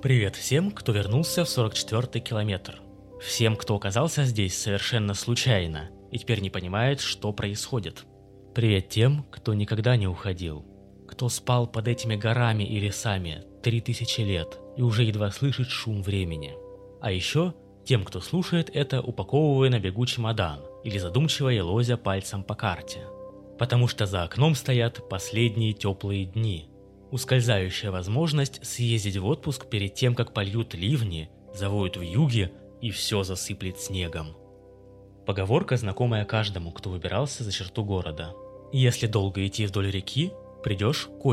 Привет всем, кто вернулся в 44-й километр. Всем, кто оказался здесь совершенно случайно и теперь не понимает, что происходит. Привет тем, кто никогда не уходил. Кто спал под этими горами и лесами 3000 лет и уже едва слышит шум времени. А еще тем, кто слушает это, упаковывая на бегу чемодан или задумчиво елозя пальцем по карте. Потому что за окном стоят последние теплые дни. Ускользающая возможность съездить в отпуск перед тем, как польют ливни, завоют вьюги и все засыплет снегом. Поговорка, знакомая каждому, кто выбирался за черту города. Если долго идти вдоль реки, придешь к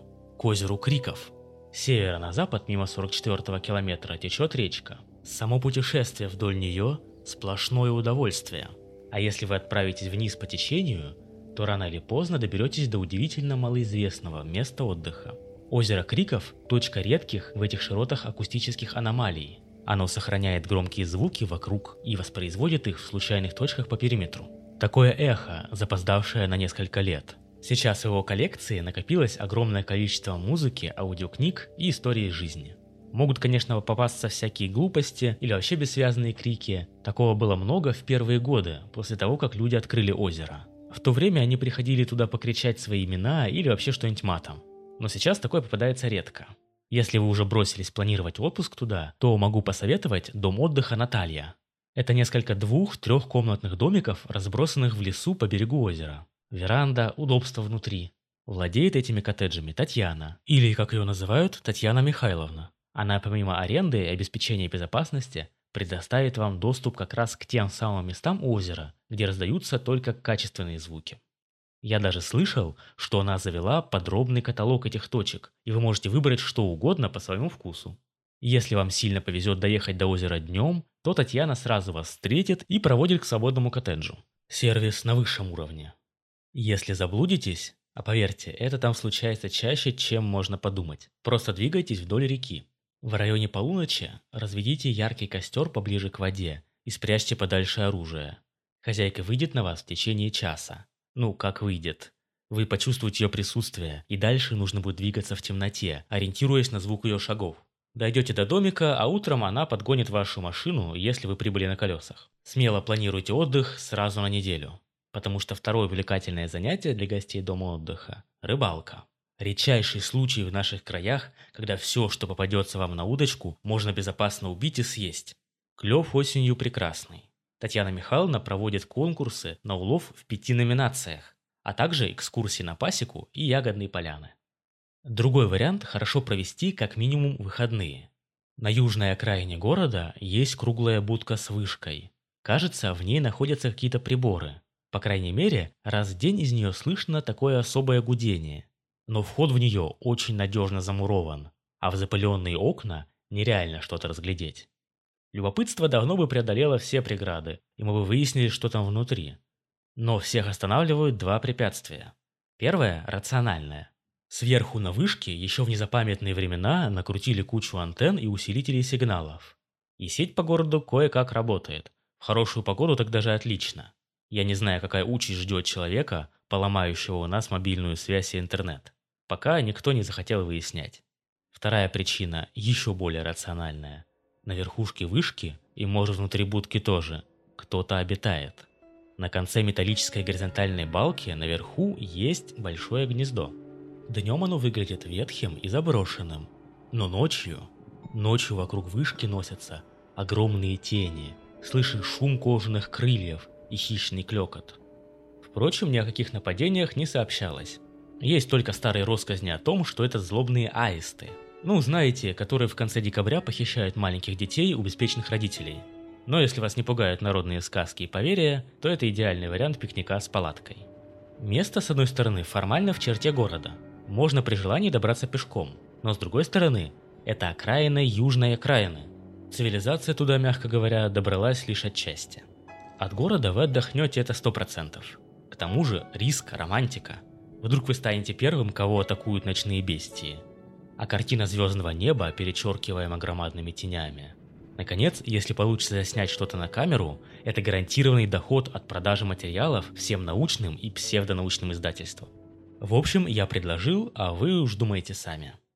озеру Криков. С севера на запад мимо 44-го километра течет речка. Само путешествие вдоль нее – сплошное удовольствие. А если вы отправитесь вниз по течению, то рано или поздно доберетесь до удивительно малоизвестного места отдыха. Озеро Криков – точка редких в этих широтах акустических аномалий. Оно сохраняет громкие звуки вокруг и воспроизводит их в случайных точках по периметру. Такое эхо, запоздавшее на несколько лет. Сейчас в его коллекции накопилось огромное количество музыки, аудиокниг и истории жизни. Могут, конечно, попасться всякие глупости или вообще бессвязные крики. Такого было много в первые годы, после того, как люди открыли озеро. В то время они приходили туда покричать свои имена или вообще что-нибудь матом. Но сейчас такое попадается редко. Если вы уже бросились планировать отпуск туда, то могу посоветовать дом отдыха «Наталья». Это несколько 2-3-комнатных домиков, разбросанных в лесу по берегу озера. Веранда, удобство внутри. Владеет этими коттеджами Татьяна, или, как ее называют, Татьяна Михайловна. Она помимо аренды и обеспечения безопасности предоставит вам доступ как раз к тем самым местам озера, где раздаются только качественные звуки. Я даже слышал, что она завела подробный каталог этих точек, и вы можете выбрать что угодно по своему вкусу. Если вам сильно повезет доехать до озера днем, то Татьяна сразу вас встретит и проводит к свободному коттеджу. Сервис на высшем уровне. Если заблудитесь, а поверьте, это там случается чаще, чем можно подумать, просто двигайтесь вдоль реки. В районе полуночи разведите яркий костер поближе к воде и спрячьте подальше оружие. Хозяйка выйдет на вас в течение часа. Ну, как выйдет. Вы почувствуете ее присутствие, и дальше нужно будет двигаться в темноте, ориентируясь на звук ее шагов. Дойдете до домика, а утром она подгонит вашу машину, если вы прибыли на колесах. Смело планируйте отдых сразу на неделю. Потому что второе увлекательное занятие для гостей дома отдыха – рыбалка. Редчайший случай в наших краях, когда все, что попадется вам на удочку, можно безопасно убить и съесть. Клев осенью прекрасный. Татьяна Михайловна проводит конкурсы на улов в 5 номинациях, а также экскурсии на пасеку и ягодные поляны. Другой вариант – хорошо провести как минимум выходные. На южной окраине города есть круглая будка с вышкой. Кажется, в ней находятся какие-то приборы. По крайней мере, раз в день из нее слышно такое особое гудение. Но вход в нее очень надежно замурован, а в запыленные окна нереально что-то разглядеть. Любопытство давно бы преодолело все преграды, и мы бы выяснили, что там внутри. Но всех останавливают два препятствия. Первое – рациональное. Сверху на вышке еще в незапамятные времена накрутили кучу антенн и усилителей сигналов. И сеть по городу кое-как работает. В хорошую погоду так даже отлично. Я не знаю, какая участь ждет человека, поломающего у нас мобильную связь и интернет. Пока никто не захотел выяснять. Вторая причина еще более рациональная. На верхушке вышки, и может внутри будки тоже, кто-то обитает. На конце металлической горизонтальной балки наверху есть большое гнездо. Днем оно выглядит ветхим и заброшенным. Но ночью вокруг вышки носятся огромные тени. Слышишь шум кожаных крыльев и хищный клёкот. Впрочем, ни о каких нападениях не сообщалось. Есть только старые россказни о том, что это злобные аисты. Ну, знаете, которые в конце декабря похищают маленьких детей у беспечных родителей. Но если вас не пугают народные сказки и поверья, то это идеальный вариант пикника с палаткой. Место, с одной стороны, формально в черте города. Можно при желании добраться пешком. Но с другой стороны, это окраина южной окраины. Цивилизация туда, мягко говоря, добралась лишь отчасти. От города вы отдохнете это 100%. К тому же риск, романтика. Вдруг вы станете первым, кого атакуют ночные бестии. А картина звездного неба, перечеркиваемая громадными тенями. Наконец, если получится заснять что-то на камеру, это гарантированный доход от продажи материалов всем научным и псевдонаучным издательствам. В общем, я предложил, а вы уж думаете сами.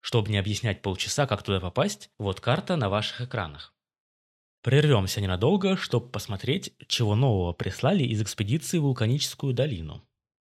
Чтобы не объяснять полчаса, как туда попасть, вот карта на ваших экранах. Прервемся ненадолго, чтобы посмотреть, чего нового прислали из экспедиции в Вулканическую долину.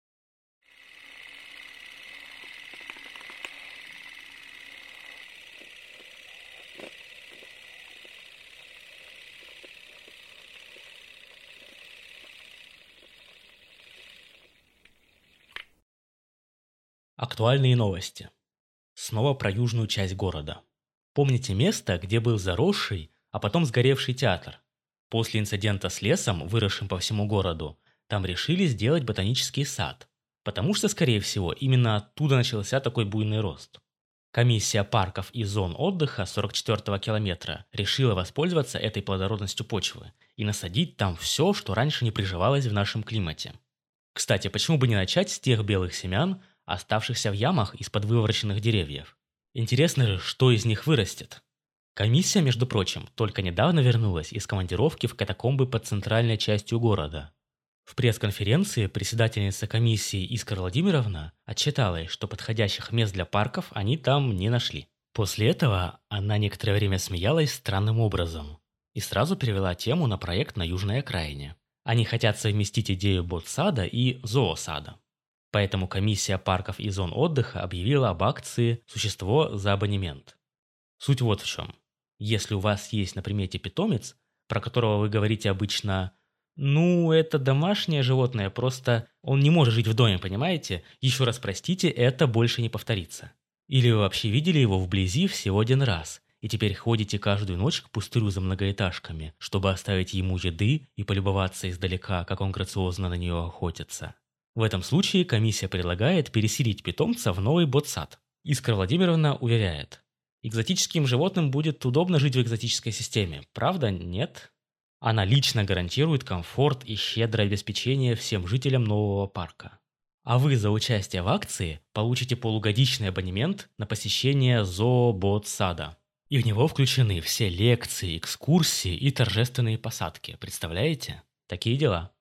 Актуальные новости. Снова про южную часть города. Помните место, где был заросший, а потом сгоревший театр? После инцидента с лесом, выросшим по всему городу, там решили сделать ботанический сад. Потому что, скорее всего, именно оттуда начался такой буйный рост. Комиссия парков и зон отдыха 44-го километра решила воспользоваться этой плодородностью почвы и насадить там все, что раньше не приживалось в нашем климате. Кстати, почему бы не начать с тех белых семян, оставшихся в ямах из-под вывороченных деревьев? Интересно же, что из них вырастет. Комиссия, между прочим, только недавно вернулась из командировки в катакомбы под центральной частью города. В пресс-конференции председательница комиссии Искра Владимировна отчиталась, что подходящих мест для парков они там не нашли. После этого она некоторое время смеялась странным образом и сразу перевела тему на проект на южной окраине. Они хотят совместить идею ботсада и зоосада. Поэтому комиссия парков и зон отдыха объявила об акции «Существо за абонемент». Суть вот в чем. Если у вас есть на примете питомец, про которого вы говорите обычно «ну, это домашнее животное, просто он не может жить в доме, понимаете? Еще раз простите, это больше не повторится». Или вы вообще видели его вблизи всего один раз, и теперь ходите каждую ночь к пустырю за многоэтажками, чтобы оставить ему еды и полюбоваться издалека, как он грациозно на нее охотится. В этом случае комиссия предлагает переселить питомца в новый ботсад. Искра Владимировна уверяет, экзотическим животным будет удобно жить в экзотической системе, правда, нет? Она лично гарантирует комфорт и щедрое обеспечение всем жителям нового парка. А вы за участие в акции получите полугодичный абонемент на посещение зооботсада. И в него включены все лекции, экскурсии и торжественные посадки. Представляете? Такие дела.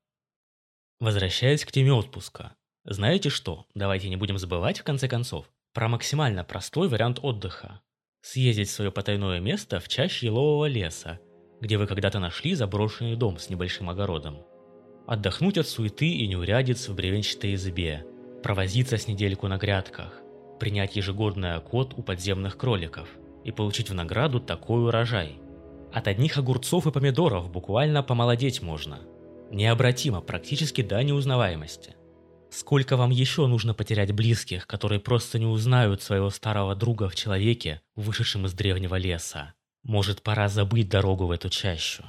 Возвращаясь к теме отпуска. Знаете что? Давайте не будем забывать, в конце концов, про максимально простой вариант отдыха. Съездить в свое потайное место в чаще елового леса, где вы когда-то нашли заброшенный дом с небольшим огородом. Отдохнуть от суеты и неурядиц в бревенчатой избе, провозиться с недельку на грядках, принять ежегодный окот у подземных кроликов и получить в награду такой урожай. От одних огурцов и помидоров буквально помолодеть можно. Необратимо, практически до неузнаваемости. Сколько вам еще нужно потерять близких, которые просто не узнают своего старого друга в человеке, вышедшем из древнего леса? Может, пора забыть дорогу в эту чащу?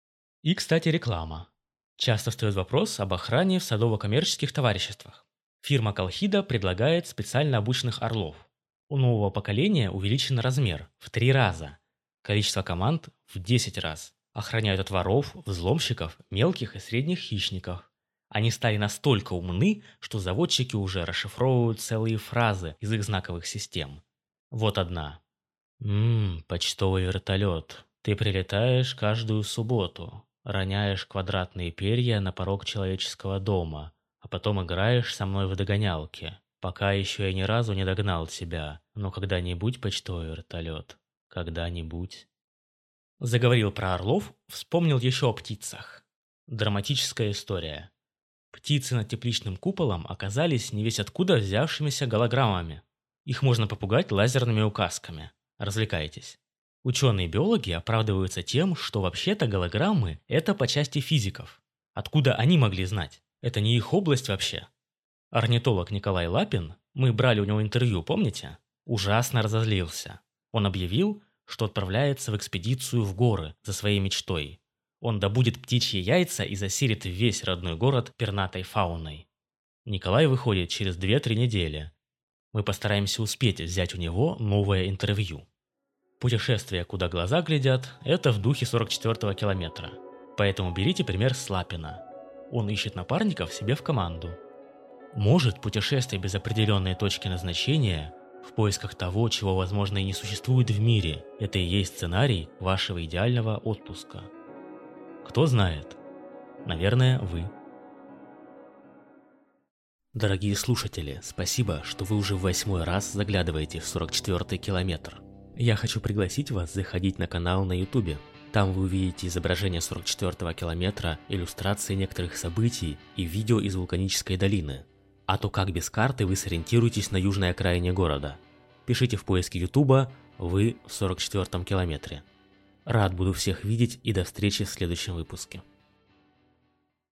И, кстати, реклама. Часто встает вопрос об охране в садово-коммерческих товариществах. Фирма Колхида предлагает специально обученных орлов. У нового поколения увеличен размер в 3 раза, количество команд в 10 раз. Охраняют от воров, взломщиков, мелких и средних хищников. Они стали настолько умны, что заводчики уже расшифровывают целые фразы из их знаковых систем. Вот одна. Почтовый вертолет. Ты прилетаешь каждую субботу, роняешь квадратные перья на порог человеческого дома, а потом играешь со мной в догонялки. Пока еще я ни разу не догнал тебя, но когда-нибудь, почтовый вертолет, когда-нибудь. Заговорил про орлов, вспомнил еще о птицах. Драматическая история. Птицы над тепличным куполом оказались невесть откуда взявшимися голограммами. Их можно попугать лазерными указками. Развлекайтесь. Ученые-биологи оправдываются тем, что вообще-то голограммы – это по части физиков. Откуда они могли знать? Это не их область вообще. Орнитолог Николай Лапин, мы брали у него интервью, помните? Ужасно разозлился. Он объявил, что отправляется в экспедицию в горы за своей мечтой. Он добудет птичьи яйца и заселит весь родной город пернатой фауной. Николай выходит через 2-3 недели. Мы постараемся успеть взять у него новое интервью. Путешествие, куда глаза глядят, это в духе 44-го километра. Поэтому берите пример с Лапина. Он ищет напарников себе в команду. Может, путешествие без определенной точки назначения, в поисках того, чего, возможно, и не существует в мире, это и есть сценарий вашего идеального отпуска. Кто знает? Наверное, вы. Дорогие слушатели, спасибо, что вы уже в 8-й раз заглядываете в 44-й километр. Я хочу пригласить вас заходить на канал на YouTube. Там вы увидите изображение 44-го километра, иллюстрации некоторых событий и видео из вулканической долины. А то как без карты вы сориентируетесь на южной окраине города? Пишите в поиске YouTube «Вы в 44-м километре». Рад буду всех видеть и до встречи в следующем выпуске.